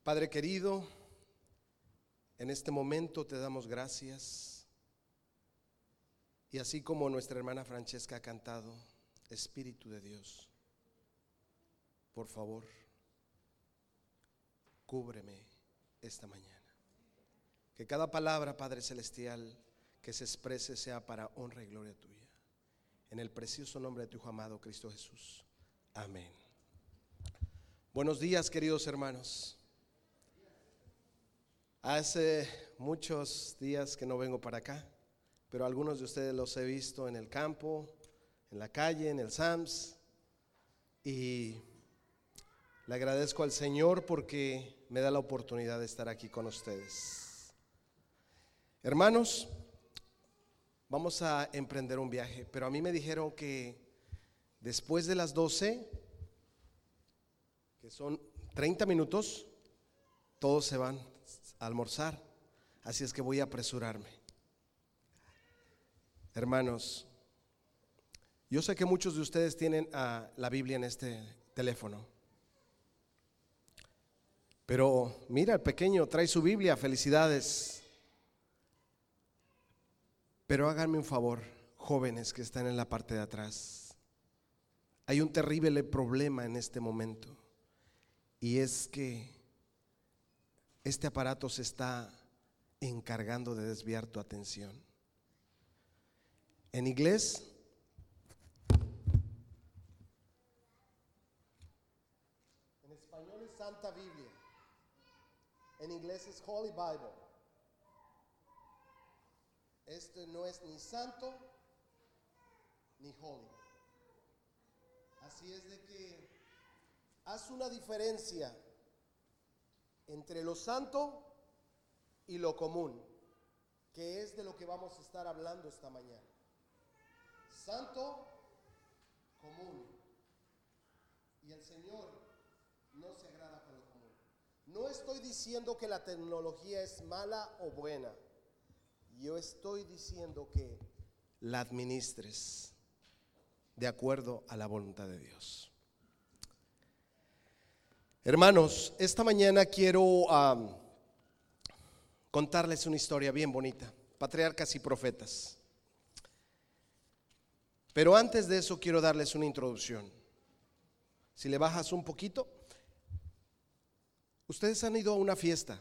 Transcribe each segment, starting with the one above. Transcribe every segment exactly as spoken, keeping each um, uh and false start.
Padre querido, en este momento te damos gracias, y así como nuestra hermana Francesca ha cantado, Espíritu de Dios, por favor, cúbreme esta mañana. Que cada palabra, Padre Celestial, que se exprese sea para honra y gloria tuya. En el precioso nombre de tu Hijo amado, Cristo Jesús. Amén. Buenos días, queridos hermanos. Hace muchos días que no vengo para acá, pero algunos de ustedes los he visto en el campo, en la calle, en el Sams, y le agradezco al Señor porque me da la oportunidad de estar aquí con ustedes. Hermanos, vamos a emprender un viaje, pero a mí me dijeron que después de las doce, que son treinta minutos, todos se van a almorzar, así es que voy a apresurarme. Hermanos, yo sé que muchos de ustedes tienen uh, la Biblia en este teléfono, pero mira, el pequeño trae su Biblia, felicidades. Pero háganme un favor, jóvenes que están en la parte de atrás. Hay un terrible problema en este momento, y es que este aparato se está encargando de desviar tu atención. En inglés, en español es Santa Biblia, en inglés es Holy Bible. Este no es ni santo ni holy. Así es de que haz una diferencia entre lo santo y lo común, que es de lo que vamos a estar hablando esta mañana. Santo, común. Y el Señor no se agrada con lo común. No estoy diciendo que la tecnología es mala o buena. Yo estoy diciendo que la administres de acuerdo a la voluntad de Dios. Hermanos, esta mañana quiero um, contarles una historia bien bonita, patriarcas y profetas. Pero antes de eso quiero darles una introducción. Si le bajas un poquito, ustedes han ido a una fiesta.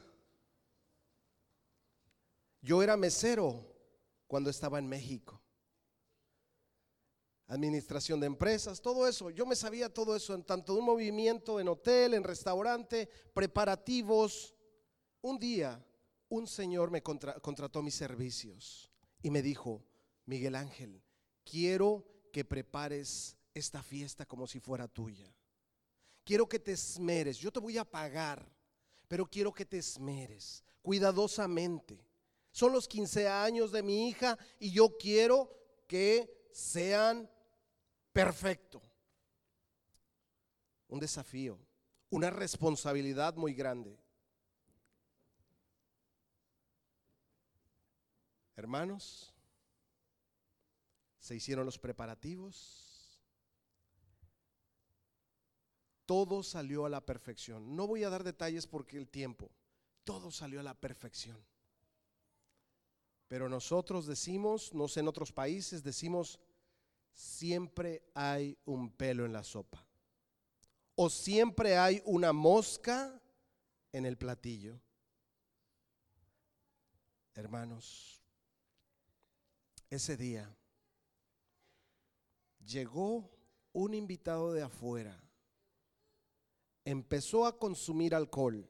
Yo era mesero cuando estaba en México. Administración de empresas, todo eso. Yo me sabía todo eso, en tanto un movimiento, en hotel, en restaurante, preparativos. Un día, un señor me contra, contrató mis servicios y me dijo: Miguel Ángel, quiero que prepares esta fiesta como si fuera tuya. Quiero que te esmeres, yo te voy a pagar, pero quiero que te esmeres cuidadosamente. Son los quince años de mi hija y yo quiero que sean perfectos. Un desafío, una responsabilidad muy grande. Hermanos, se hicieron los preparativos. Todo salió a la perfección. No voy a dar detalles porque el tiempo. Todo salió a la perfección. Pero nosotros decimos, no sé, en otros países decimos, siempre hay un pelo en la sopa, o siempre hay una mosca en el platillo. Hermanos, ese día llegó un invitado de afuera, empezó a consumir alcohol,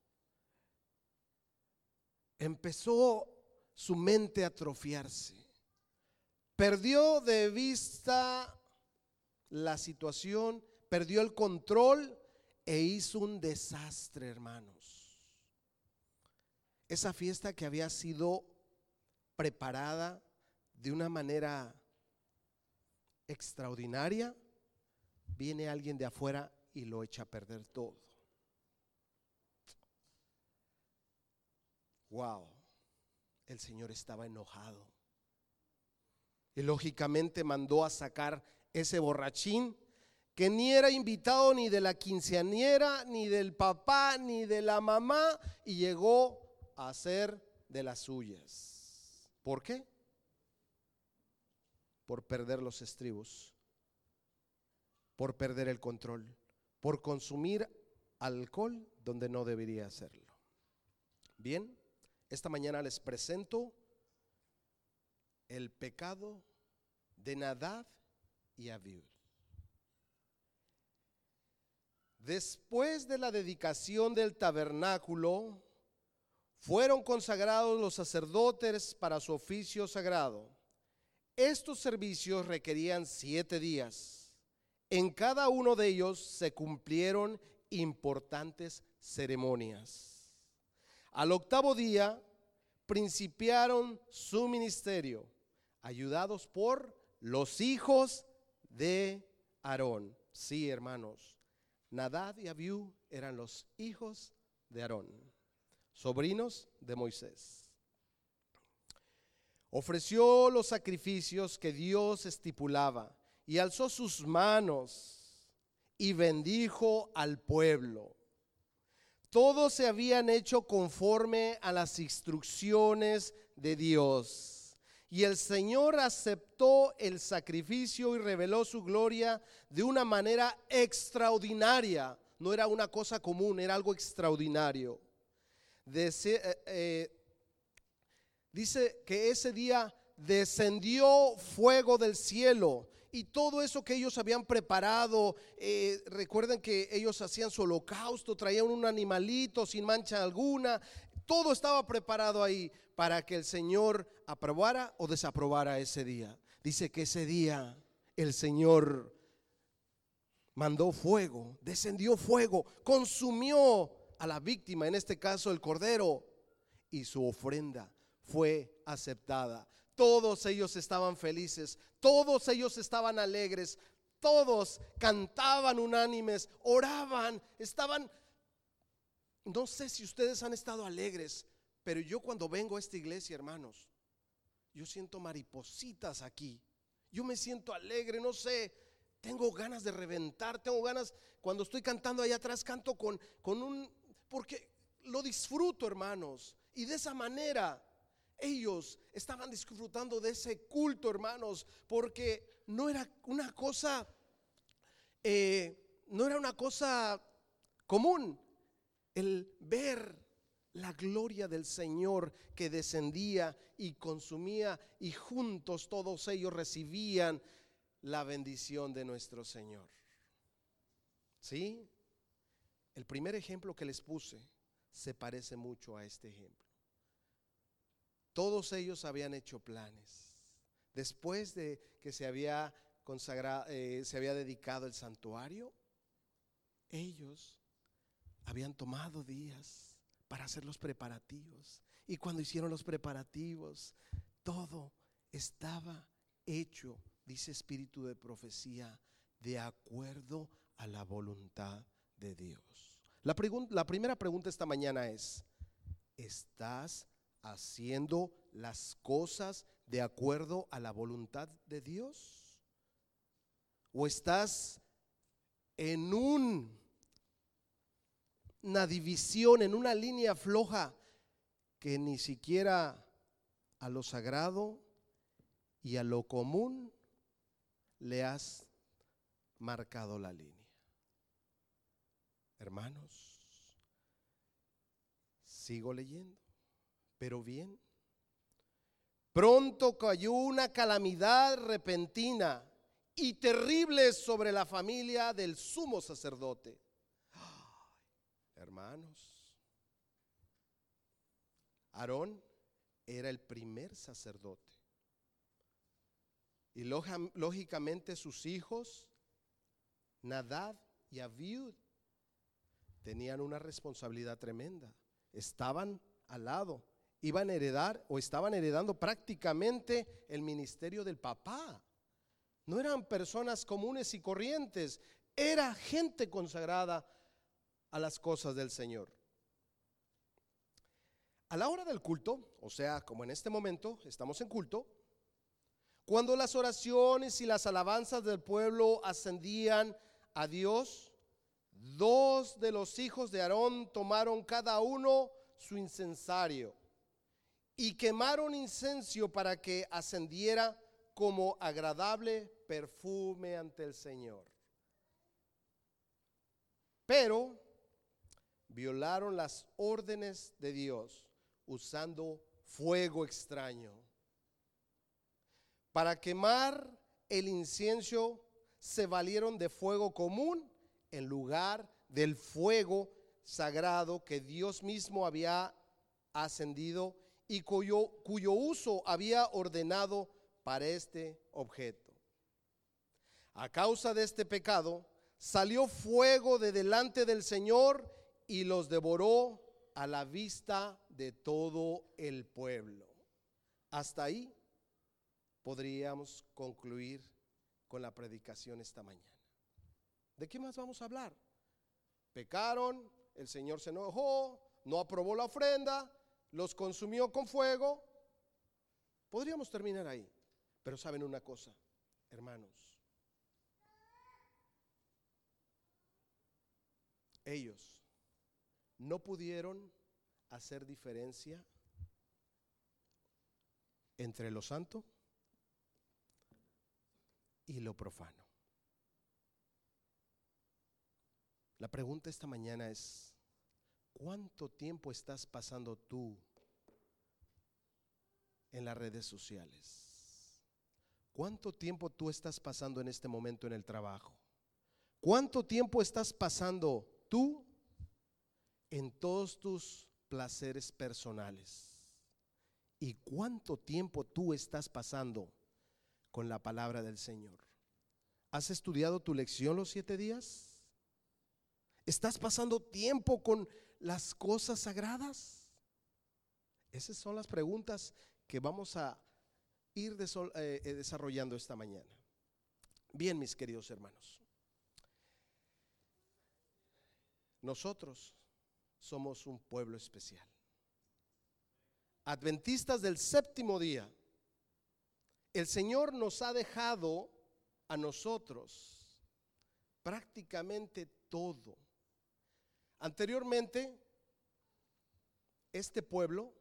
empezó su mente a atrofiarse, perdió de vista la situación, perdió el control e hizo un desastre, hermanos. Esa fiesta que había sido preparada de una manera extraordinaria, viene alguien de afuera y lo echa a perder todo. Wow, el Señor estaba enojado y lógicamente mandó a sacar ese borrachín que ni era invitado ni de la quinceañera, ni del papá, ni de la mamá, y llegó a hacer de las suyas. ¿Por qué? Por perder los estribos, por perder el control, por consumir alcohol donde no debería hacerlo. Bien, esta mañana les presento el pecado de Nadab y Abiú. Después de la dedicación del tabernáculo, fueron consagrados los sacerdotes para su oficio sagrado. Estos servicios requerían siete días. En cada uno de ellos se cumplieron importantes ceremonias. Al octavo día principiaron su ministerio, ayudados por los hijos de Aarón. Sí, hermanos, Nadab y Abiú eran los hijos de Aarón, sobrinos de Moisés. Ofreció los sacrificios que Dios estipulaba y alzó sus manos y bendijo al pueblo. Todos se habían hecho conforme a las instrucciones de Dios. Y el Señor aceptó el sacrificio y reveló su gloria de una manera extraordinaria. No era una cosa común, era algo extraordinario. Dese, eh, eh, dice que ese día descendió fuego del cielo. Y todo eso que ellos habían preparado, eh, recuerden que ellos hacían su holocausto, traían un animalito sin mancha alguna. Todo estaba preparado ahí para que el Señor aprobara o desaprobara ese día. Dice que ese día el Señor mandó fuego, descendió fuego, consumió a la víctima, en este caso el cordero, y su ofrenda fue aceptada. Todos ellos estaban felices, todos ellos estaban alegres, todos cantaban unánimes, oraban, estaban... No sé si ustedes han estado alegres, pero yo cuando vengo a esta iglesia, hermanos, yo siento maripositas aquí. Yo me siento alegre, no sé, tengo ganas de reventar, tengo ganas, cuando estoy cantando allá atrás, canto con, con un, porque lo disfruto, hermanos, y de esa manera ellos estaban disfrutando de ese culto, hermanos, porque no era una cosa, eh, no era una cosa común el ver la gloria del Señor que descendía y consumía, y juntos todos ellos recibían la bendición de nuestro Señor. ¿Sí? El primer ejemplo que les puse se parece mucho a este ejemplo. Todos ellos habían hecho planes. Después de que se había consagrado, eh, se había dedicado el santuario, ellos habían tomado días para hacer los preparativos. Y cuando hicieron los preparativos, todo estaba hecho, dice espíritu de profecía, de acuerdo a la voluntad de Dios. La, pregun- la primera pregunta esta mañana es: ¿estás haciendo las cosas de acuerdo a la voluntad de Dios? ¿O estás en un, una división, en una línea floja que ni siquiera a lo sagrado y a lo común le has marcado la línea? Hermanos, sigo leyendo, pero bien. Pronto cayó una calamidad repentina y terrible sobre la familia del sumo sacerdote. Ay, hermanos, Aarón era el primer sacerdote y lógicamente sus hijos Nadab y Abiú tenían una responsabilidad tremenda. Estaban al lado, iban a heredar o estaban heredando prácticamente el ministerio del papá. No eran personas comunes y corrientes, era gente consagrada a las cosas del Señor. A la hora del culto, o sea, como en este momento estamos en culto, cuando las oraciones y las alabanzas del pueblo ascendían a Dios, dos de los hijos de Aarón tomaron cada uno su incensario y quemaron incienso para que ascendiera como agradable perfume ante el Señor. Pero violaron las órdenes de Dios usando fuego extraño. Para quemar el incienso se valieron de fuego común en lugar del fuego sagrado que Dios mismo había ascendido y cuyo, cuyo uso había ordenado para este objeto. A causa de este pecado, salió fuego de delante del Señor y los devoró a la vista de todo el pueblo. Hasta ahí podríamos concluir con la predicación esta mañana. ¿De qué más vamos a hablar? Pecaron, el Señor se enojó, no aprobó la ofrenda, los consumió con fuego. Podríamos terminar ahí, pero saben una cosa, hermanos, ellos no pudieron hacer diferencia entre lo santo y lo profano. La pregunta esta mañana es: ¿cuánto tiempo estás pasando tú en las redes sociales? ¿Cuánto tiempo tú estás pasando en este momento en el trabajo? ¿Cuánto tiempo estás pasando tú en todos tus placeres personales? ¿Y cuánto tiempo tú estás pasando con la palabra del Señor? ¿Has estudiado tu lección los siete días? ¿Estás pasando tiempo con las cosas sagradas? Esas son las preguntas que vamos a ir desarrollando esta mañana. Bien, mis queridos hermanos, nosotros somos un pueblo especial, adventistas del séptimo día. El Señor nos ha dejado a nosotros prácticamente todo. Anteriormente, este pueblo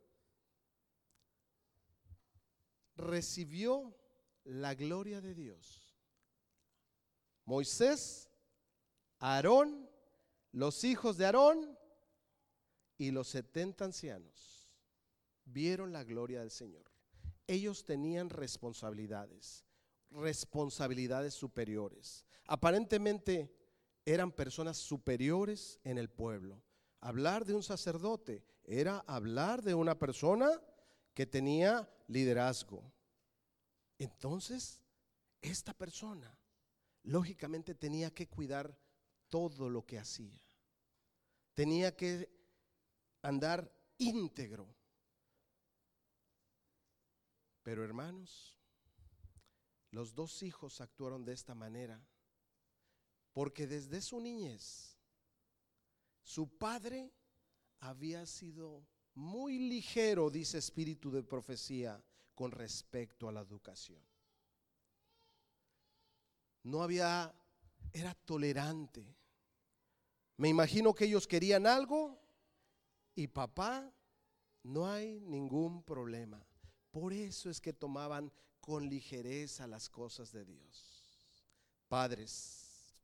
recibió la gloria de Dios. Moisés, Aarón, los hijos de Aarón y los setenta ancianos vieron la gloria del Señor. Ellos tenían responsabilidades, responsabilidades superiores. Aparentemente eran personas superiores en el pueblo. Hablar de un sacerdote era hablar de una persona que tenía liderazgo. Entonces, esta persona lógicamente tenía que cuidar todo lo que hacía. Tenía que andar íntegro. Pero hermanos, los dos hijos actuaron de esta manera porque desde su niñez su padre había sido muy ligero, dice espíritu de profecía, con respecto a la educación. No había, era tolerante. Me imagino que ellos querían algo y papá, no hay ningún problema. Por eso es que tomaban con ligereza las cosas de Dios. Padres,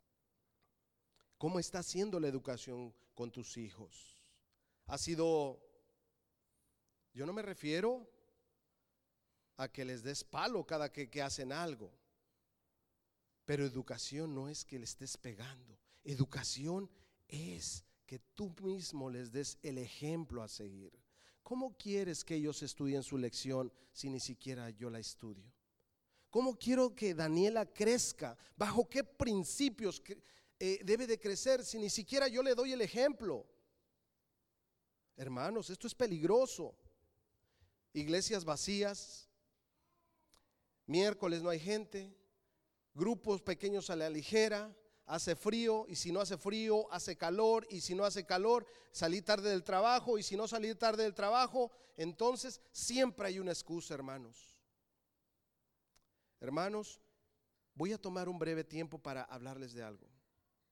¿cómo está siendo la educación con tus hijos? Ha sido, yo no me refiero a que les des palo cada que, que hacen algo, pero educación no es que le estés pegando. Educación es que tú mismo les des el ejemplo a seguir. ¿Cómo quieres que ellos estudien su lección si ni siquiera yo la estudio? ¿Cómo quiero que Daniela crezca? ¿Bajo qué principios eh, debe de crecer si ni siquiera yo le doy el ejemplo? Hermanos, esto es peligroso. Iglesias vacías, miércoles no hay gente, grupos pequeños a la ligera, hace frío y si no hace frío, hace calor y si no hace calor, salí tarde del trabajo y si no salí tarde del trabajo, entonces siempre hay una excusa, hermanos. Hermanos, voy a tomar un breve tiempo para hablarles de algo.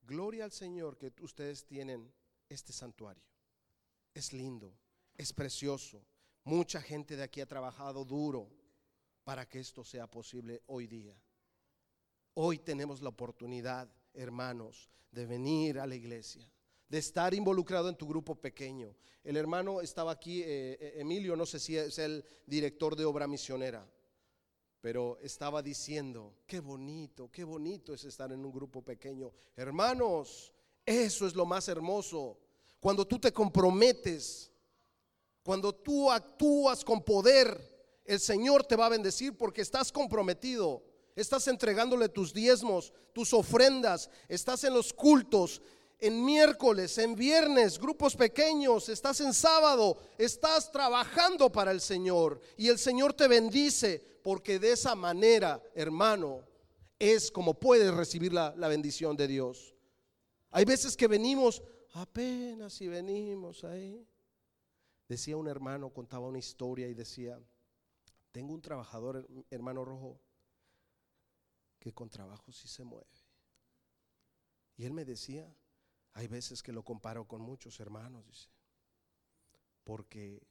gloria al Señor que ustedes tienen este santuario. Es lindo, es precioso. Mucha gente de aquí ha trabajado duro para que esto sea posible hoy día. Hoy tenemos la oportunidad, hermanos, de venir a la iglesia, de estar involucrado en tu grupo pequeño. El hermano estaba aquí, eh, Emilio, no sé si es el director de obra misionera, pero estaba diciendo, qué bonito, qué bonito es estar en un grupo pequeño. Hermanos, eso es lo más hermoso. Cuando tú te comprometes, cuando tú actúas con poder, el Señor te va a bendecir porque estás comprometido. Estás entregándole tus diezmos, tus ofrendas, estás en los cultos, en miércoles, en viernes, grupos pequeños, estás en sábado, estás trabajando para el Señor y el Señor te bendice, porque de esa manera, hermano, es como puedes recibir la, la bendición de Dios. Hay veces que venimos apenas si venimos ahí. Decía un hermano, contaba una historia y decía, tengo un trabajador, hermano Rojo, que con trabajo sí se mueve. Y él me decía, hay veces que lo comparo con muchos hermanos, dice, porque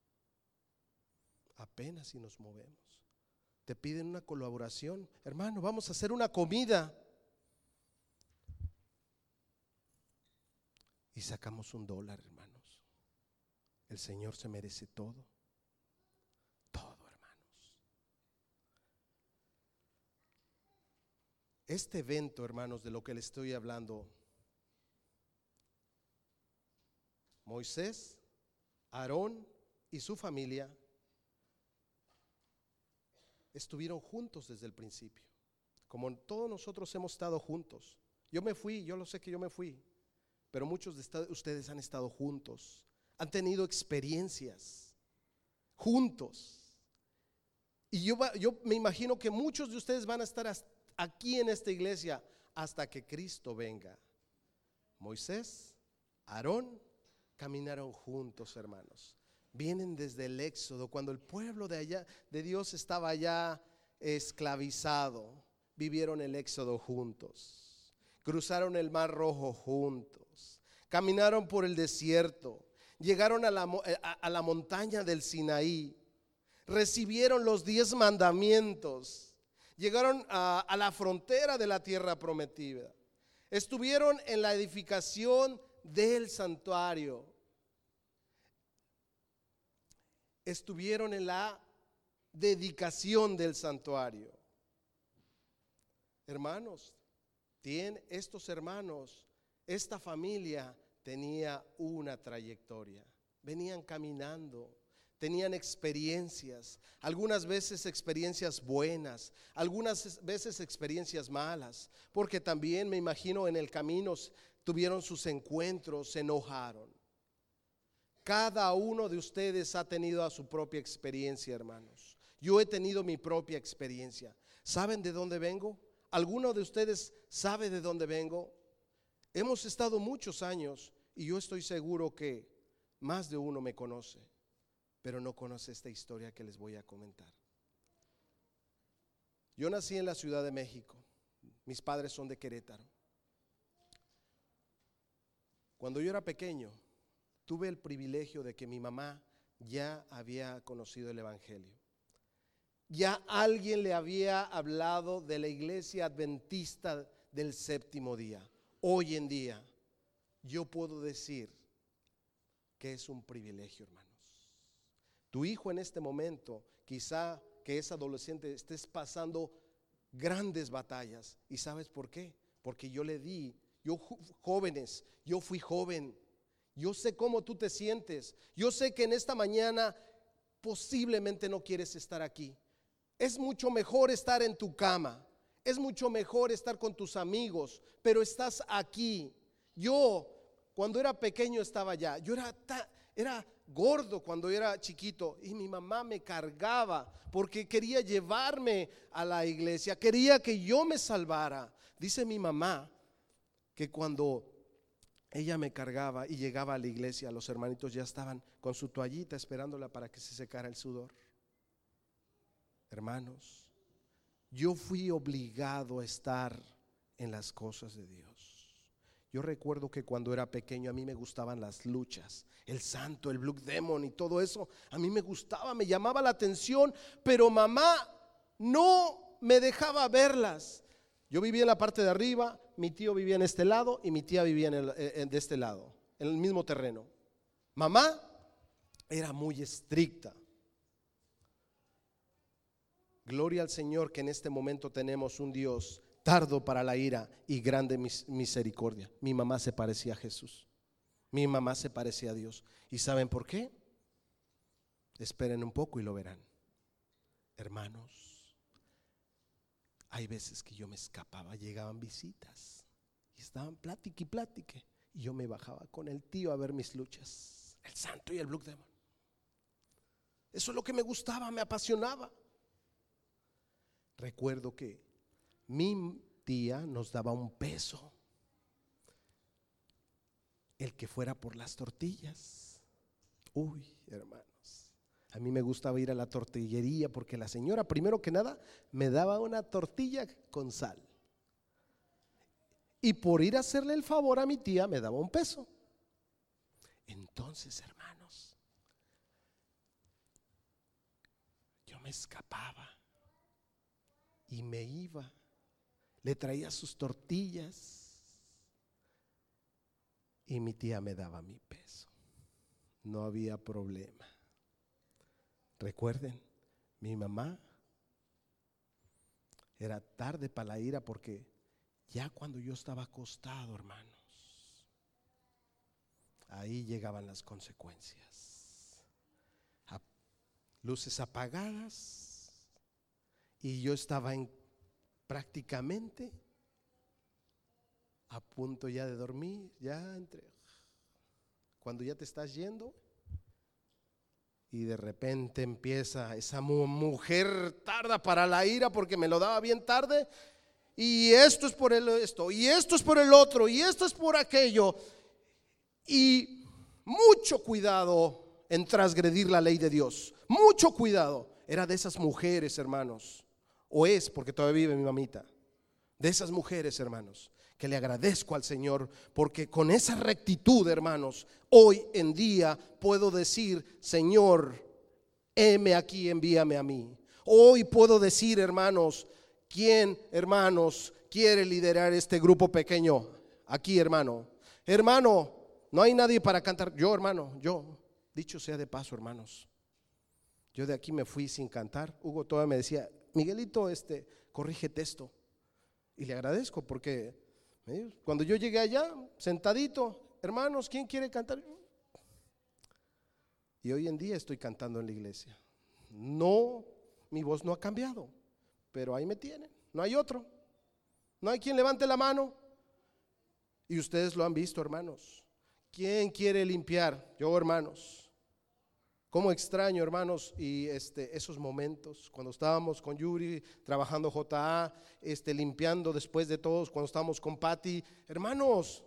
apenas si nos movemos. Te piden una colaboración, hermano, vamos a hacer una comida. Y sacamos un dólar, hermanos. El Señor se merece todo. Todo, hermanos. Este evento, hermanos, de lo que le estoy hablando, Moisés, Aarón y su familia estuvieron juntos desde el principio, como todos nosotros hemos estado juntos. Yo me fui, yo lo sé que yo me fui, pero muchos de ustedes han estado juntos, han tenido experiencias juntos. Y yo, yo me imagino que muchos de ustedes van a estar aquí en esta iglesia hasta que Cristo venga. Moisés, Aarón caminaron juntos, hermanos. Vienen desde el Éxodo, cuando el pueblo de allá, de Dios, estaba allá esclavizado. Vivieron el Éxodo juntos. Cruzaron el Mar Rojo juntos. Caminaron por el desierto. Llegaron a la, a, a la montaña del Sinaí. Recibieron los diez mandamientos. Llegaron a, a la frontera de la tierra prometida. Estuvieron en la edificación del santuario. Estuvieron en la dedicación del santuario. Hermanos, tienen estos hermanos, esta familia tenía una trayectoria. Venían caminando, tenían experiencias, algunas veces experiencias buenas, algunas veces experiencias malas, porque también me imagino en el camino tuvieron sus encuentros, se enojaron. Cada uno de ustedes ha tenido a su propia experiencia, hermanos. Yo he tenido mi propia experiencia. ¿Saben de dónde vengo? ¿Alguno de ustedes sabe de dónde vengo? Hemos estado muchos años y yo estoy seguro que más de uno me conoce, pero no conoce esta historia que les voy a comentar. Yo nací en la Ciudad de México. Mis padres son de Querétaro. Cuando yo era pequeño, tuve el privilegio de que mi mamá ya había conocido el evangelio. Ya alguien le había hablado de la iglesia adventista del séptimo día. Hoy en día, yo puedo decir que es un privilegio, hermanos. Tu hijo en este momento, quizá que es adolescente, estés pasando grandes batallas. ¿Y sabes por qué? Porque yo le di, yo jóvenes, yo fui joven. Yo sé cómo tú te sientes. Yo sé que en esta mañana posiblemente no quieres estar aquí. Es mucho mejor estar en tu cama. Es mucho mejor estar con tus amigos, pero estás aquí. Yo, cuando era pequeño, estaba allá. Yo era, ta, era gordo cuando era chiquito y mi mamá me cargaba porque quería llevarme a la iglesia. Quería que yo me salvara. Dice mi mamá que cuando ella me cargaba y llegaba a la iglesia, los hermanitos ya estaban con su toallita esperándola para que se secara el sudor. Hermanos, yo fui obligado a estar en las cosas de Dios. Yo recuerdo que cuando era pequeño a mí me gustaban las luchas, el santo, el Blue Demon y todo eso. A mí me gustaba, me llamaba la atención, pero mamá no me dejaba verlas. Yo vivía en la parte de arriba, mi tío vivía en este lado y mi tía vivía en el, en, de este lado, en el mismo terreno. Mamá era muy estricta. Gloria al Señor que en este momento tenemos un Dios tardo para la ira y grande misericordia. Mi mamá se parecía a Jesús. Mi mamá se parecía a Dios. ¿Y saben por qué? Esperen un poco y lo verán. Hermanos, hay veces que yo me escapaba, llegaban visitas y estaban plática y plática, y yo me bajaba con el tío a ver mis luchas, el santo y el Blue Demon. Eso es lo que me gustaba, me apasionaba. Recuerdo que mi tía nos daba un peso el que fuera por las tortillas. Uy, hermanos, a mí me gustaba ir a la tortillería porque la señora, primero que nada, me daba una tortilla con sal. Y por ir a hacerle el favor a mi tía me daba un peso. Entonces, hermanos, yo me escapaba y me iba, le traía sus tortillas y mi tía me daba mi peso. No había problema. Recuerden, mi mamá era tarde para la ira porque ya cuando yo estaba acostado, hermanos, ahí llegaban las consecuencias. Luces apagadas y yo estaba en, prácticamente a punto ya de dormir, ya entre, cuando ya te estás yendo y de repente empieza esa mujer tarda para la ira porque me lo daba bien tarde, y esto es por el esto y esto es por el otro y esto es por aquello, y mucho cuidado en transgredir la ley de Dios, mucho cuidado. Era de esas mujeres, hermanos, o es porque todavía vive mi mamita, de esas mujeres, hermanos, que le agradezco al Señor porque con esa rectitud, hermanos, hoy en día puedo decir: Señor, heme aquí, envíame a mí. Hoy puedo decir, hermanos, ¿quién, hermanos, quiere liderar este grupo pequeño? Aquí, hermano. Hermano, no hay nadie para cantar. Yo, hermano, yo, dicho sea de paso, hermanos, yo de aquí me fui sin cantar. Hugo todavía me decía: Miguelito, este, corrígete esto. Y le agradezco porque ¿eh? Cuando yo llegué allá, sentadito, hermanos, ¿quién quiere cantar? Y hoy en día estoy cantando en la iglesia. No, mi voz no ha cambiado, pero ahí me tienen. No hay otro. No hay quien levante la mano. Y ustedes lo han visto, hermanos. ¿Quién quiere limpiar? Yo, hermanos. Cómo extraño, hermanos, y este, esos momentos cuando estábamos con Yuri trabajando J A, este, limpiando después de todos, cuando estábamos con Patty. Hermanos,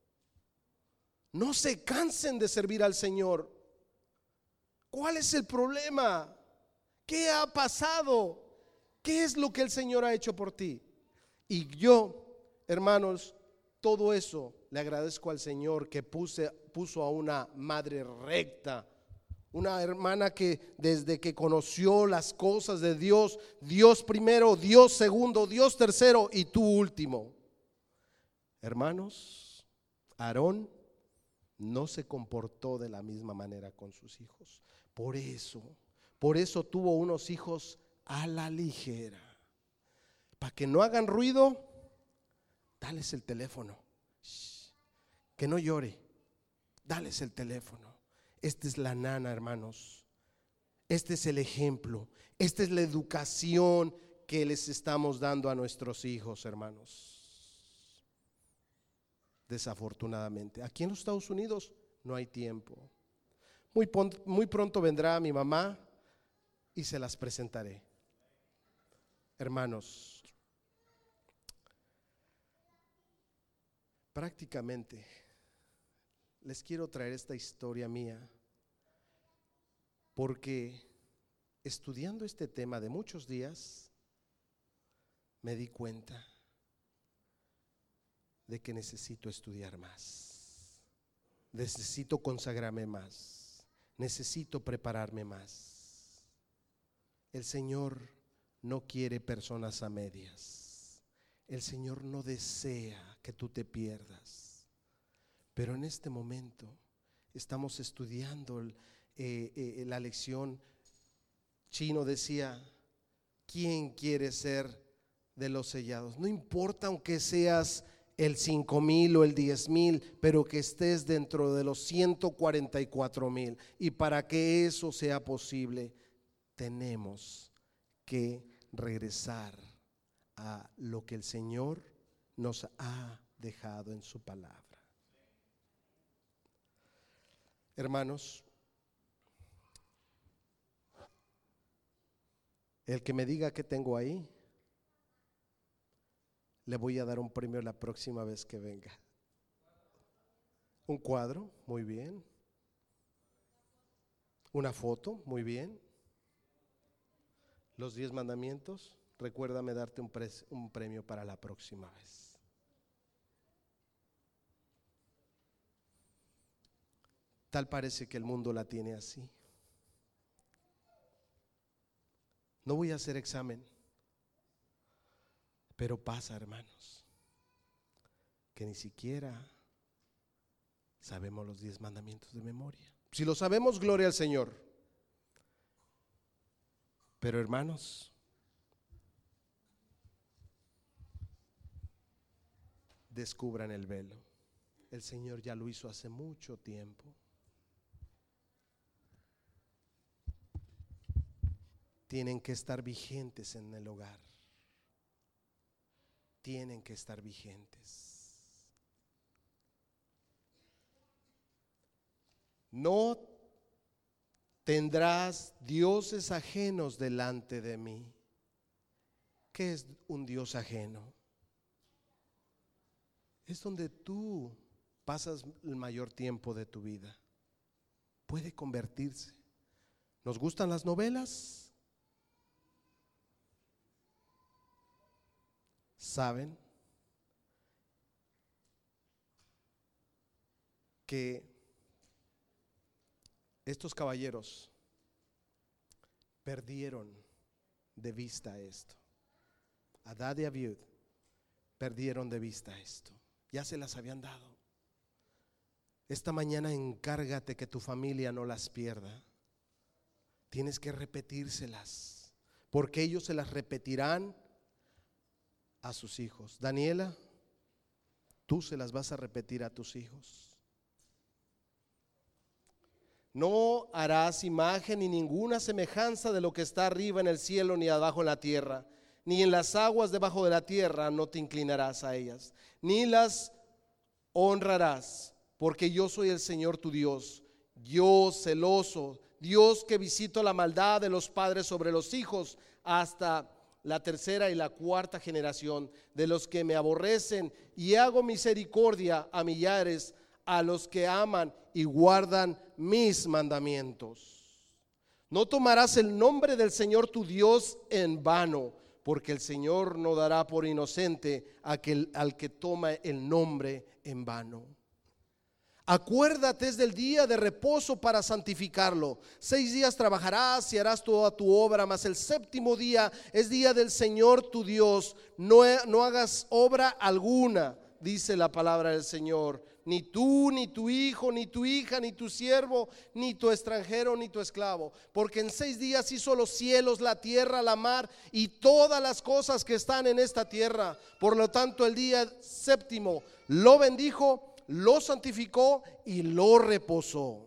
no se cansen de servir al Señor. ¿Cuál es el problema? ¿Qué ha pasado? ¿Qué es lo que el Señor ha hecho por ti? Y yo, hermanos, todo eso le agradezco al Señor que puse, puso a una madre recta, una hermana que desde que conoció las cosas de Dios, Dios primero, Dios segundo, Dios tercero y tú último. Hermanos, Aarón no se comportó de la misma manera con sus hijos. Por eso, por eso tuvo unos hijos a la ligera. Para que no hagan ruido, dales el teléfono. Que no llore, dales el teléfono. Esta es la nana, hermanos. Este es el ejemplo. Esta es la educación que les estamos dando a nuestros hijos, hermanos. Desafortunadamente, aquí en los Estados Unidos no hay tiempo. Muy, muy pronto vendrá mi mamá y se las presentaré. Hermanos, prácticamente les quiero traer esta historia mía porque estudiando este tema de muchos días me di cuenta de que necesito estudiar más, necesito consagrarme más, necesito prepararme más. El Señor no quiere personas a medias. El Señor no desea que tú te pierdas. Pero en este momento estamos estudiando el, eh, eh, la lección. Chino decía: ¿quién quiere ser de los sellados? No importa aunque seas el cinco mil o el diez mil, pero que estés dentro de los ciento cuarenta y cuatro mil. Y para que eso sea posible, tenemos que regresar a lo que el Señor nos ha dejado en su palabra. Hermanos, el que me diga qué tengo ahí, le voy a dar un premio la próxima vez que venga. Un cuadro, muy bien. Una foto, muy bien. Los diez mandamientos, recuérdame darte un, pre- un premio para la próxima vez. Tal parece que el mundo la tiene así. No voy a hacer examen, pero pasa, hermanos, que ni siquiera sabemos los diez mandamientos de memoria. Si lo sabemos, gloria al Señor. Pero hermanos, descubran el velo. El Señor ya lo hizo hace mucho tiempo. Tienen que estar vigentes en el hogar. Tienen que estar vigentes. No tendrás dioses ajenos delante de mí. ¿Qué es un Dios ajeno? Es donde tú pasas el mayor tiempo de tu vida. Puede convertirse. ¿Nos gustan las novelas? ¿Saben que estos caballeros perdieron de vista esto? Hadad y Abiud perdieron de vista esto. Ya se las habían dado. Esta mañana encárgate que tu familia no las pierda. Tienes que repetírselas, porque ellos se las repetirán a sus hijos. Daniela, tú se las vas a repetir a tus hijos. No harás imagen ni ninguna semejanza de lo que está arriba en el cielo ni abajo en la tierra, ni en las aguas debajo de la tierra. No te inclinarás a ellas, ni las honrarás, porque yo soy el Señor tu Dios, yo celoso, Dios que visito la maldad de los padres sobre los hijos hasta la tercera y la cuarta generación de los que me aborrecen, y hago misericordia a millares, a los que aman y guardan mis mandamientos. No tomarás el nombre del Señor tu Dios en vano, porque el Señor no dará por inocente a aquel, al que toma el nombre en vano. Acuérdate del día de reposo para santificarlo. Seis días trabajarás y harás toda tu obra, mas el séptimo día es día del Señor tu Dios. No, no hagas obra alguna, dice la palabra del Señor. Ni tú, ni tu hijo, ni tu hija, ni tu siervo, ni tu extranjero, ni tu esclavo. Porque en seis días hizo los cielos, la tierra, la mar y todas las cosas que están en esta tierra. Por lo tanto, el día séptimo lo bendijo, lo santificó y lo reposó.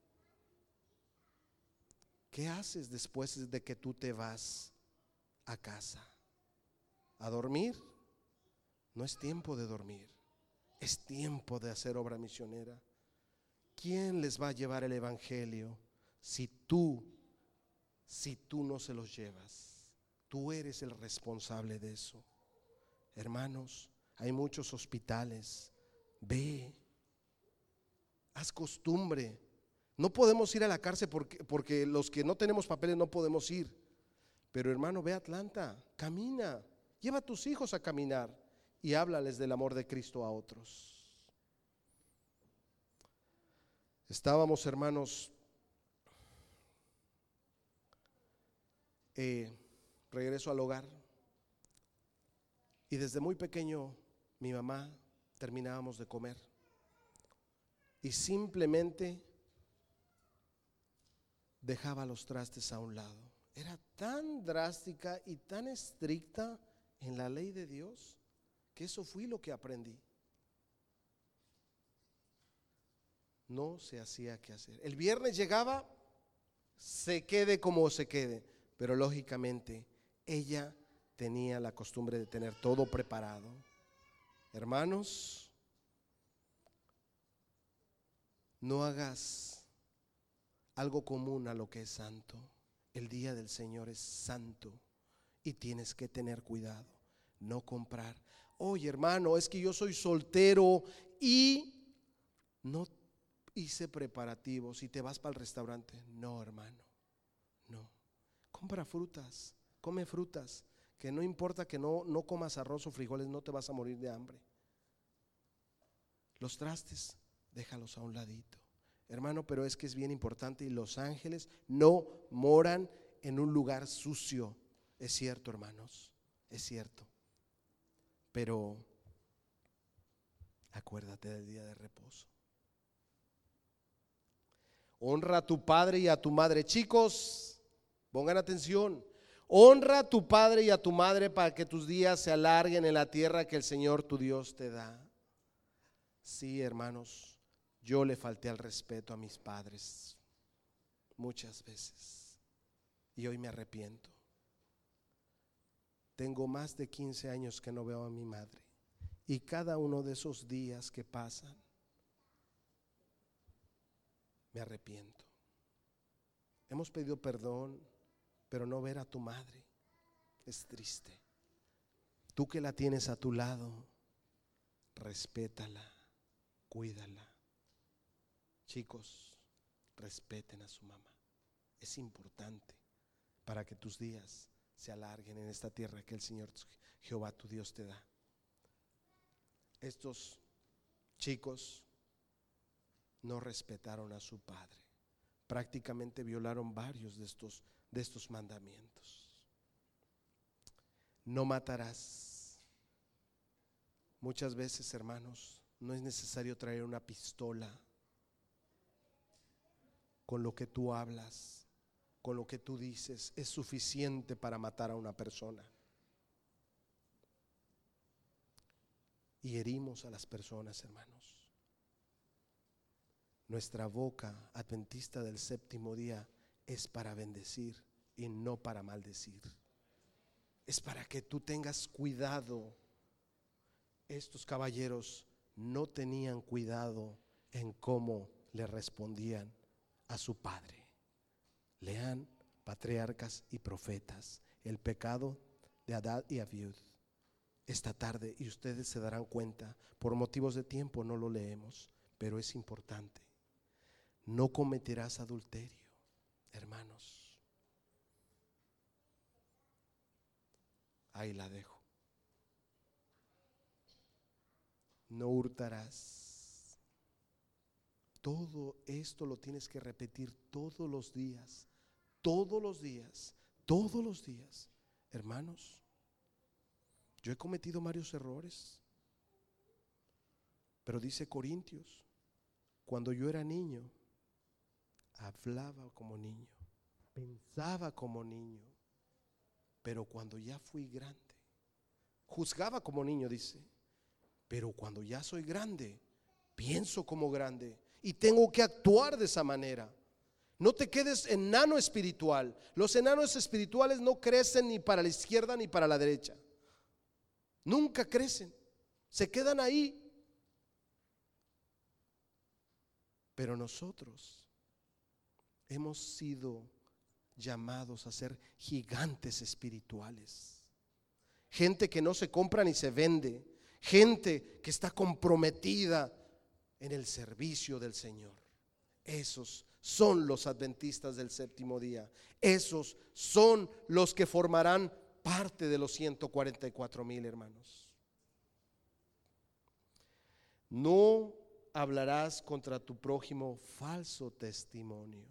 ¿Qué haces después de que tú te vas a casa? ¿A dormir? No es tiempo de dormir, es tiempo de hacer obra misionera. ¿Quién les va a llevar el evangelio si tú, si tú no se los llevas? Tú eres el responsable de eso. Hermanos, hay muchos hospitales. Ve, haz costumbre. No podemos ir a la cárcel porque, porque los que no tenemos papeles no podemos ir. Pero hermano, ve a Atlanta, camina, lleva a tus hijos a caminar y háblales del amor de Cristo a otros. Estábamos, hermanos, eh, regreso al hogar, y desde muy pequeño mi mamá terminábamos de comer y simplemente dejaba los trastes a un lado. Era tan drástica y tan estricta en la ley de Dios que eso fue lo que aprendí. No se hacía qué hacer. El viernes llegaba, se quede como se quede, pero lógicamente ella tenía la costumbre de tener todo preparado. Hermanos, no hagas algo común a lo que es santo. El día del Señor es santo y tienes que tener cuidado, no comprar. Oye, hermano, es que yo soy soltero y no hice preparativos y te vas para el restaurante. No, hermano, no. Compra frutas, come frutas, que no importa que no, no comas arroz o frijoles, no te vas a morir de hambre. Los trastes, déjalos a un ladito. Hermano, pero es que es bien importante, y los ángeles no moran en un lugar sucio. Es cierto, hermanos, es cierto. Pero acuérdate del día de reposo. Honra a tu padre y a tu madre. Chicos, pongan atención. Honra a tu padre y a tu madre para que tus días se alarguen en la tierra que el Señor tu Dios te da. Sí, hermanos, yo le falté al respeto a mis padres muchas veces y hoy me arrepiento. Tengo más de quince años que no veo a mi madre y cada uno de esos días que pasan me arrepiento. Hemos pedido perdón, pero no ver a tu madre es triste. Tú que la tienes a tu lado, respétala, cuídala. Chicos, respeten a su mamá. Es importante para que tus días se alarguen en esta tierra que el Señor Jehová tu Dios te da. Estos chicos no respetaron a su padre. Prácticamente violaron varios de estos, de estos mandamientos. No matarás. Muchas veces, hermanos, no es necesario traer una pistola. Con lo que tú hablas, con lo que tú dices, es suficiente para matar a una persona. Y herimos a las personas, hermanos. Nuestra boca adventista del séptimo día es para bendecir y no para maldecir. Es para que tú tengas cuidado. Estos caballeros no tenían cuidado en cómo le respondían a su padre. Lean Patriarcas y Profetas, el pecado de Adad y Abiud, esta tarde, y ustedes se darán cuenta. Por motivos de tiempo no lo leemos, pero es importante. No cometerás adulterio, hermanos. Ahí la dejo. No hurtarás. Todo esto lo tienes que repetir todos los días, todos los días, todos los días. Hermanos, yo he cometido varios errores, pero dice Corintios, cuando yo era niño, hablaba como niño, pensaba como niño, pero cuando ya fui grande, juzgaba como niño, dice, pero cuando ya soy grande, pienso como grande. Y tengo que actuar de esa manera. No te quedes enano espiritual. Los enanos espirituales no crecen ni para la izquierda ni para la derecha. Nunca crecen. Se quedan ahí. Pero nosotros hemos sido llamados a ser gigantes espirituales. Gente que no se compra ni se vende. Gente que está comprometida en el servicio del Señor. Esos son los adventistas del séptimo día. Esos son los que formarán parte de los ciento cuarenta y cuatro mil, hermanos. No hablarás contra tu prójimo falso testimonio.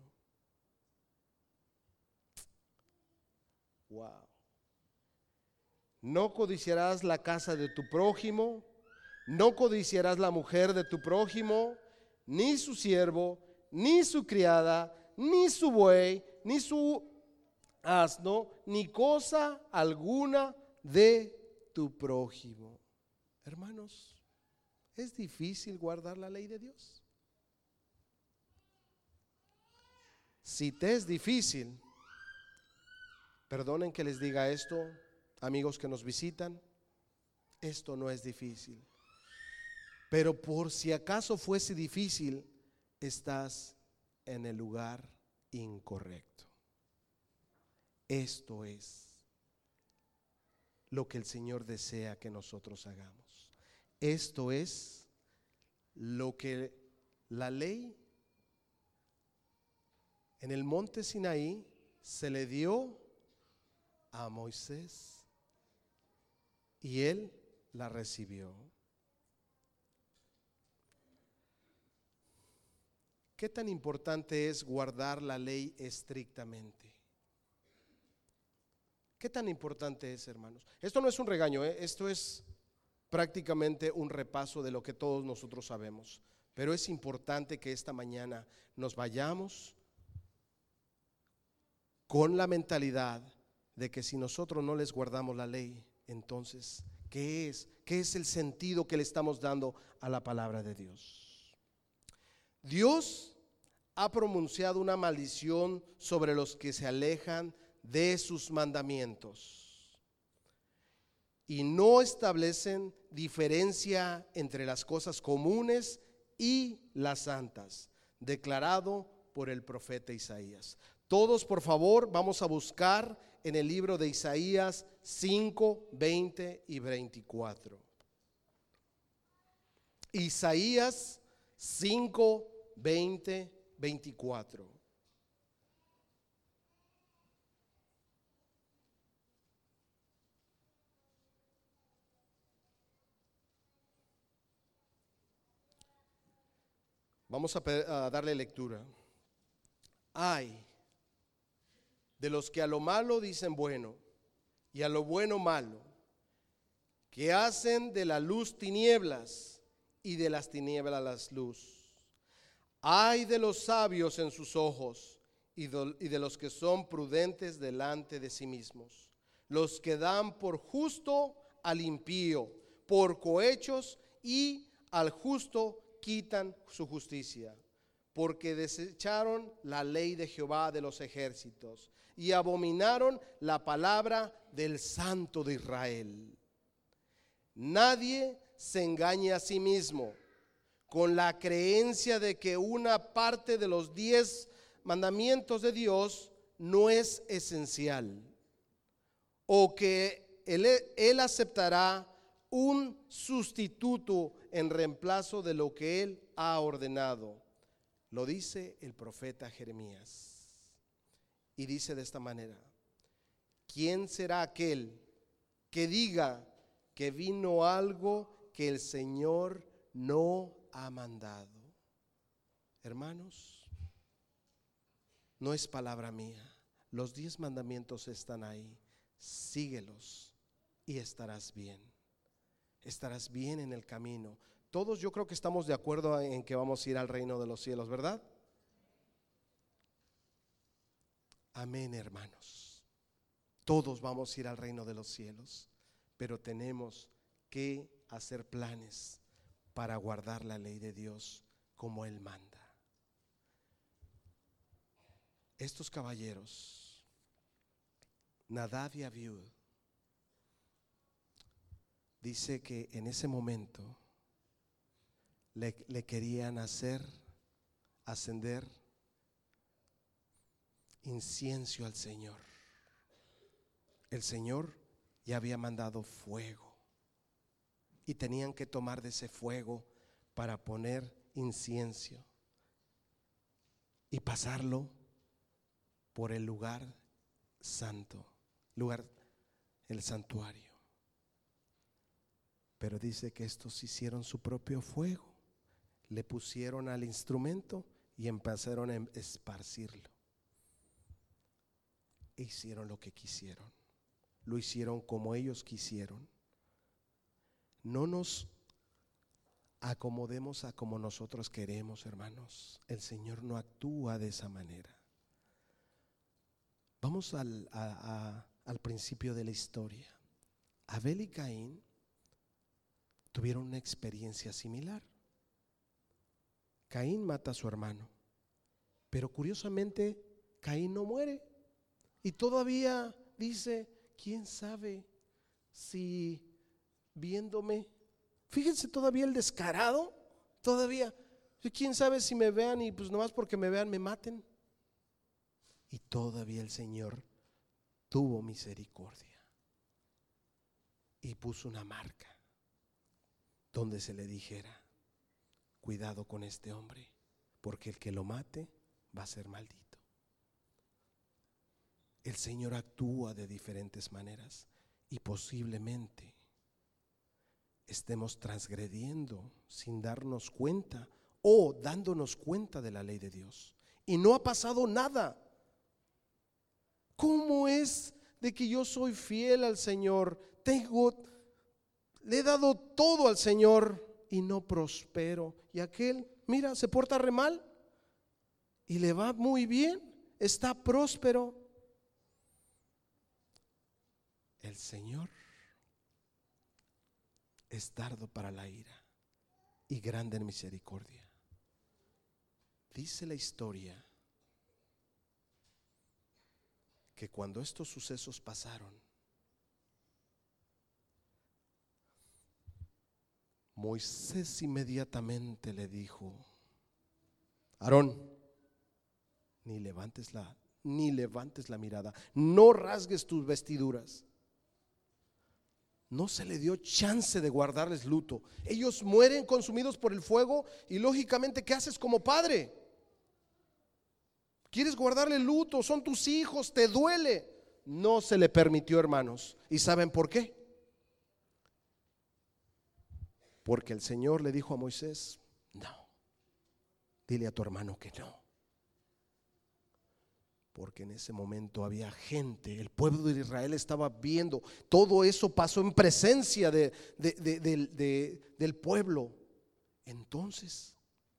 Wow. No codiciarás la casa de tu prójimo, no codiciarás la mujer de tu prójimo, ni su siervo, ni su criada, ni su buey, ni su asno, ni cosa alguna de tu prójimo. Hermanos, ¿es difícil guardar la ley de Dios? Si te es difícil, perdonen que les diga esto, amigos que nos visitan, esto no es difícil. Pero por si acaso fuese difícil, estás en el lugar incorrecto. Esto es lo que el Señor desea que nosotros hagamos. Esto es lo que la ley en el monte Sinaí se le dio a Moisés y él la recibió. ¿Qué tan importante es guardar la ley estrictamente? ¿Qué tan importante es, hermanos? Esto no es un regaño, ¿eh? Esto es prácticamente un repaso de lo que todos nosotros sabemos. Pero es importante que esta mañana nos vayamos con la mentalidad de que si nosotros no les guardamos la ley, entonces, ¿qué es? ¿Qué es el sentido que le estamos dando a la palabra de Dios? Dios ha pronunciado una maldición sobre los que se alejan de sus mandamientos y no establecen diferencia entre las cosas comunes y las santas, declarado por el profeta Isaías. Todos, por favor, vamos a buscar en el libro de Isaías cinco, veinte y veinticuatro. Isaías cinco, veinte, veinticuatro. Vamos a, a darle lectura. Ay de los que a lo malo dicen bueno y a lo bueno malo, que hacen de la luz tinieblas y de las tinieblas las luz. Ay de los sabios en sus ojos y de los que son prudentes delante de sí mismos, los que dan por justo al impío, por cohechos, y al justo quitan su justicia, porque desecharon la ley de Jehová de los ejércitos y abominaron la palabra del Santo de Israel. Nadie se engañe a sí mismo con la creencia de que una parte de los diez mandamientos de Dios no es esencial, o que él, él aceptará un sustituto en reemplazo de lo que él ha ordenado. Lo dice el profeta Jeremías. Y dice de esta manera: ¿quién será aquel que diga que vino algo que el Señor no ha mandado? Hermanos, no es palabra mía. Los diez mandamientos están ahí. Síguelos y estarás bien. Estarás bien en el camino. Todos yo creo que estamos de acuerdo en que vamos a ir al reino de los cielos, ¿verdad? Amén, hermanos. Todos vamos a ir al reino de los cielos, pero tenemos que hacer planes para guardar la ley de Dios como Él manda. Estos caballeros, Nadab y Abiú, dice que en ese momento le, le querían hacer ascender incienso al Señor. El Señor ya había mandado fuego y tenían que tomar de ese fuego para poner incienso y pasarlo por el lugar santo, lugar, el santuario. Pero dice que estos hicieron su propio fuego le pusieron al instrumento y empezaron a esparcirlo. E hicieron lo que quisieron, lo hicieron como ellos quisieron. No nos acomodemos a como nosotros queremos, hermanos. El Señor no actúa de esa manera. Vamos al, a, a, al principio de la historia. Abel y Caín tuvieron una experiencia similar. Caín mata a su hermano, pero curiosamente Caín no muere. Y todavía dice, ¿quién sabe si viéndome? Fíjense todavía el descarado, todavía, ¿quién sabe si me vean y pues nomás porque me vean me maten? Y todavía el Señor tuvo misericordia y puso una marca donde se le dijera, cuidado con este hombre, porque el que lo mate va a ser maldito. El Señor actúa de diferentes maneras y posiblemente estemos transgrediendo sin darnos cuenta o dándonos cuenta de la ley de Dios y no ha pasado nada. ¿Cómo es de que yo soy fiel al Señor? Tengo, le he dado todo al Señor y no prospero. Y aquel, mira, se porta re mal y le va muy bien, está próspero. El Señor es tardo para la ira y grande en misericordia. Dice la historia que cuando estos sucesos pasaron, Moisés inmediatamente le dijo, Aarón, ni levantes la, ni levantes la mirada, no rasgues tus vestiduras. No se le dio chance de guardarles luto. Ellos mueren consumidos por el fuego y lógicamente, ¿qué haces como padre? ¿Quieres guardarle luto? Son tus hijos, te duele. No se le permitió, hermanos. ¿Y saben por qué? Porque el Señor le dijo a Moisés, no, dile a tu hermano que no. Porque en ese momento había gente, el pueblo de Israel estaba viendo, todo eso pasó en presencia de, de, de, de, de, del pueblo. Entonces,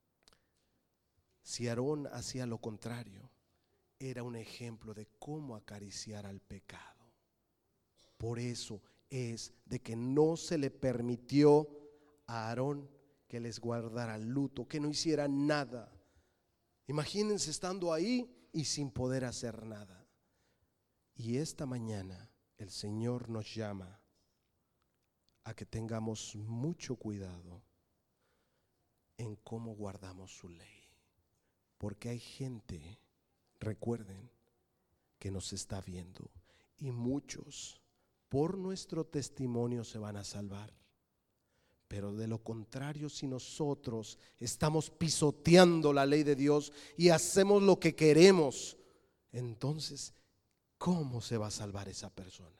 si Aarón hacía lo contrario, era un ejemplo de cómo acariciar al pecado. Por eso es de que no se le permitió a Aarón que les guardara luto, que no hiciera nada. Imagínense estando ahí y sin poder hacer nada. Y esta mañana el Señor nos llama a que tengamos mucho cuidado en cómo guardamos su ley. Porque hay gente, recuerden, que nos está viendo y muchos por nuestro testimonio se van a salvar. Pero de lo contrario, si nosotros estamos pisoteando la ley de Dios y hacemos lo que queremos, entonces, ¿cómo se va a salvar esa persona?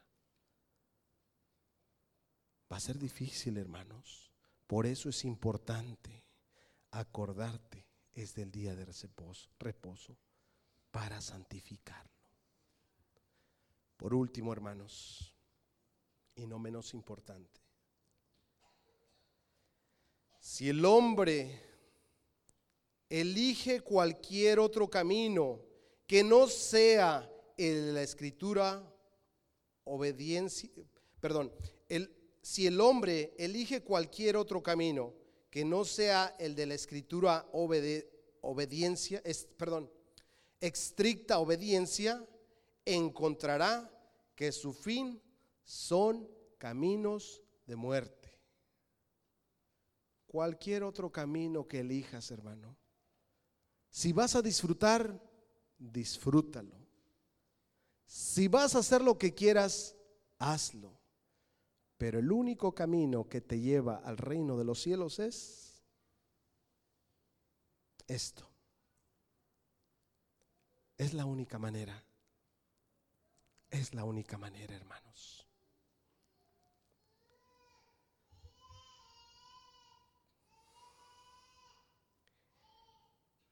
Va a ser difícil, hermanos. Por eso es importante acordarte, es del día de reposo, reposo para santificarlo. Por último, hermanos, y no menos importante, si el hombre elige cualquier otro camino que no sea el de la escritura, obediencia, perdón, el, si el hombre elige cualquier otro camino que no sea el de la escritura, obede, obediencia, es, perdón, estricta obediencia, encontrará que su fin son caminos de muerte. Cualquier otro camino que elijas, hermano, si vas a disfrutar, disfrútalo. Si vas a hacer lo que quieras, hazlo. Pero el único camino que te lleva al reino de los cielos es esto. Es la única manera. Es la única manera, hermanos.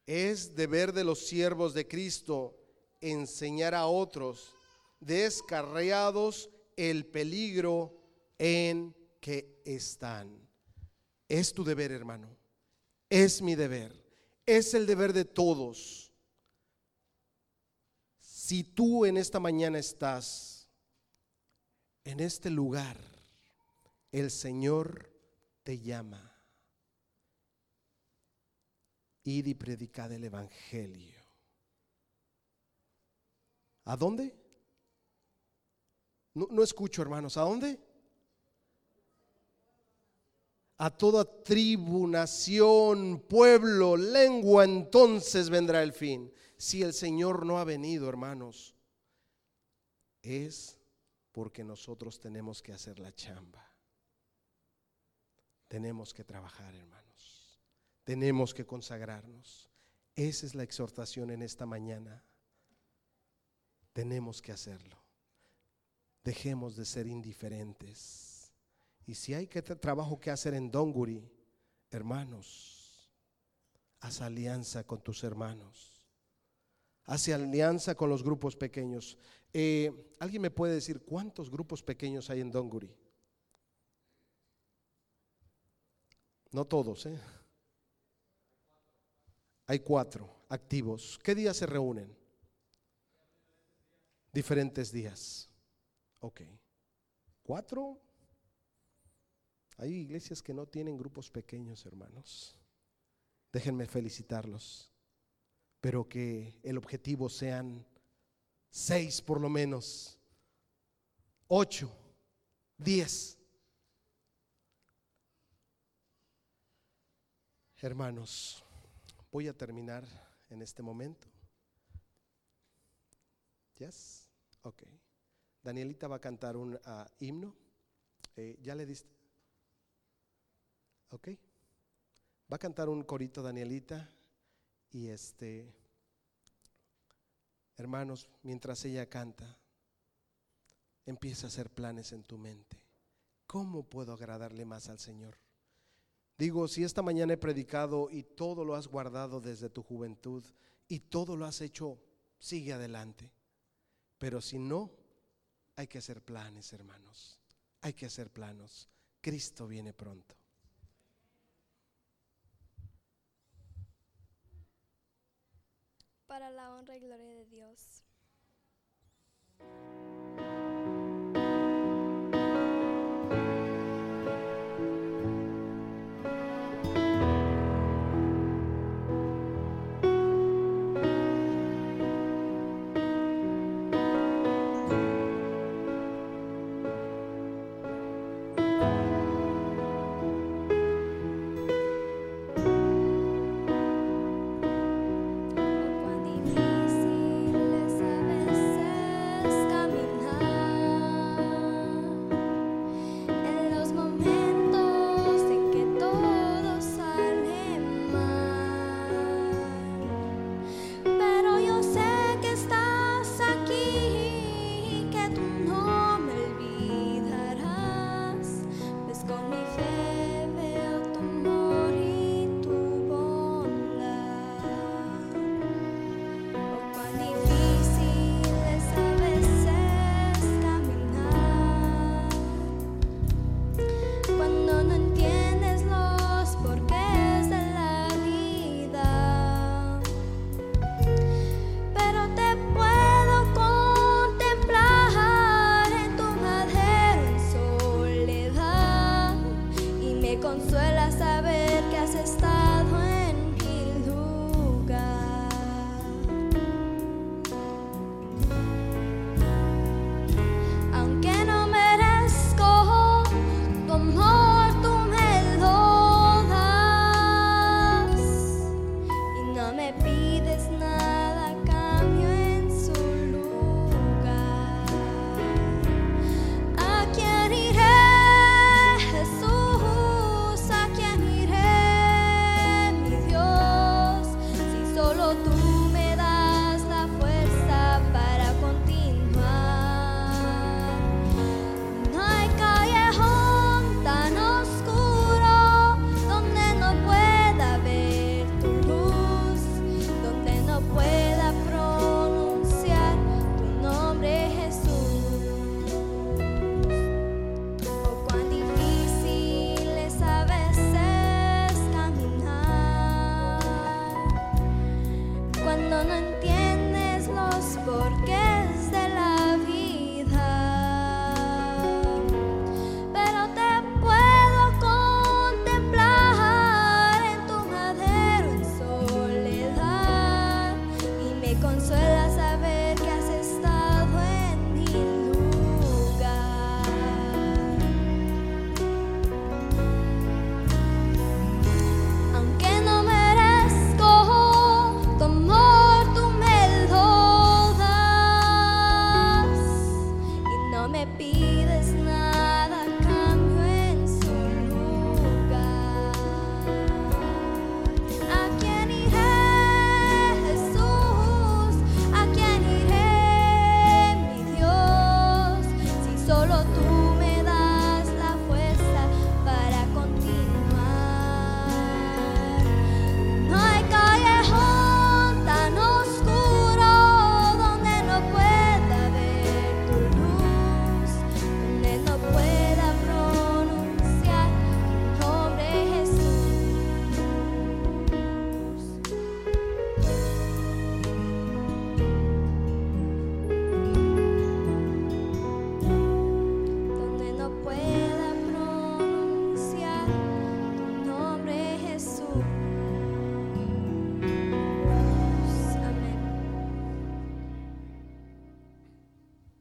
Es deber de los siervos de Cristo enseñar a otros descarriados el peligro en que están. Es tu deber, hermano. Es mi deber. Es el deber de todos. Si tú en esta mañana estás en este lugar, el Señor te llama. Id y predicad el evangelio. ¿A dónde? No, no escucho, hermanos. ¿A dónde? A toda tribu, nación, pueblo, lengua, entonces vendrá el fin. Si el Señor no ha venido, hermanos, es porque nosotros tenemos que hacer la chamba. Tenemos que trabajar, hermanos. Tenemos que consagrarnos. Esa es la exhortación en esta mañana. Tenemos que hacerlo. Dejemos de ser indiferentes. Y si hay que trabajo que hacer en Donguri, hermanos, haz alianza con tus hermanos. Haz alianza con los grupos pequeños. Eh, ¿Alguien me puede decir cuántos grupos pequeños hay en Donguri? No todos, ¿eh? Hay cuatro activos. ¿Qué días se reúnen? Diferentes días. Ok. ¿Cuatro? Hay iglesias que no tienen grupos pequeños, hermanos. Déjenme felicitarlos. Pero que el objetivo sean seis por lo menos. Ocho. Diez. Hermanos, voy a terminar en este momento. Yes, ok. Danielita va a cantar un uh, himno. Eh, ¿Ya le diste? Ok. Va a cantar un corito Danielita. Y este, hermanos, mientras ella canta, empieza a hacer planes en tu mente. ¿Cómo puedo agradarle más al Señor? Digo, si esta mañana he predicado y todo lo has guardado desde tu juventud y todo lo has hecho, sigue adelante. Pero si no, hay que hacer planes, hermanos. Hay que hacer planos. Cristo viene pronto. Para la honra y gloria de Dios.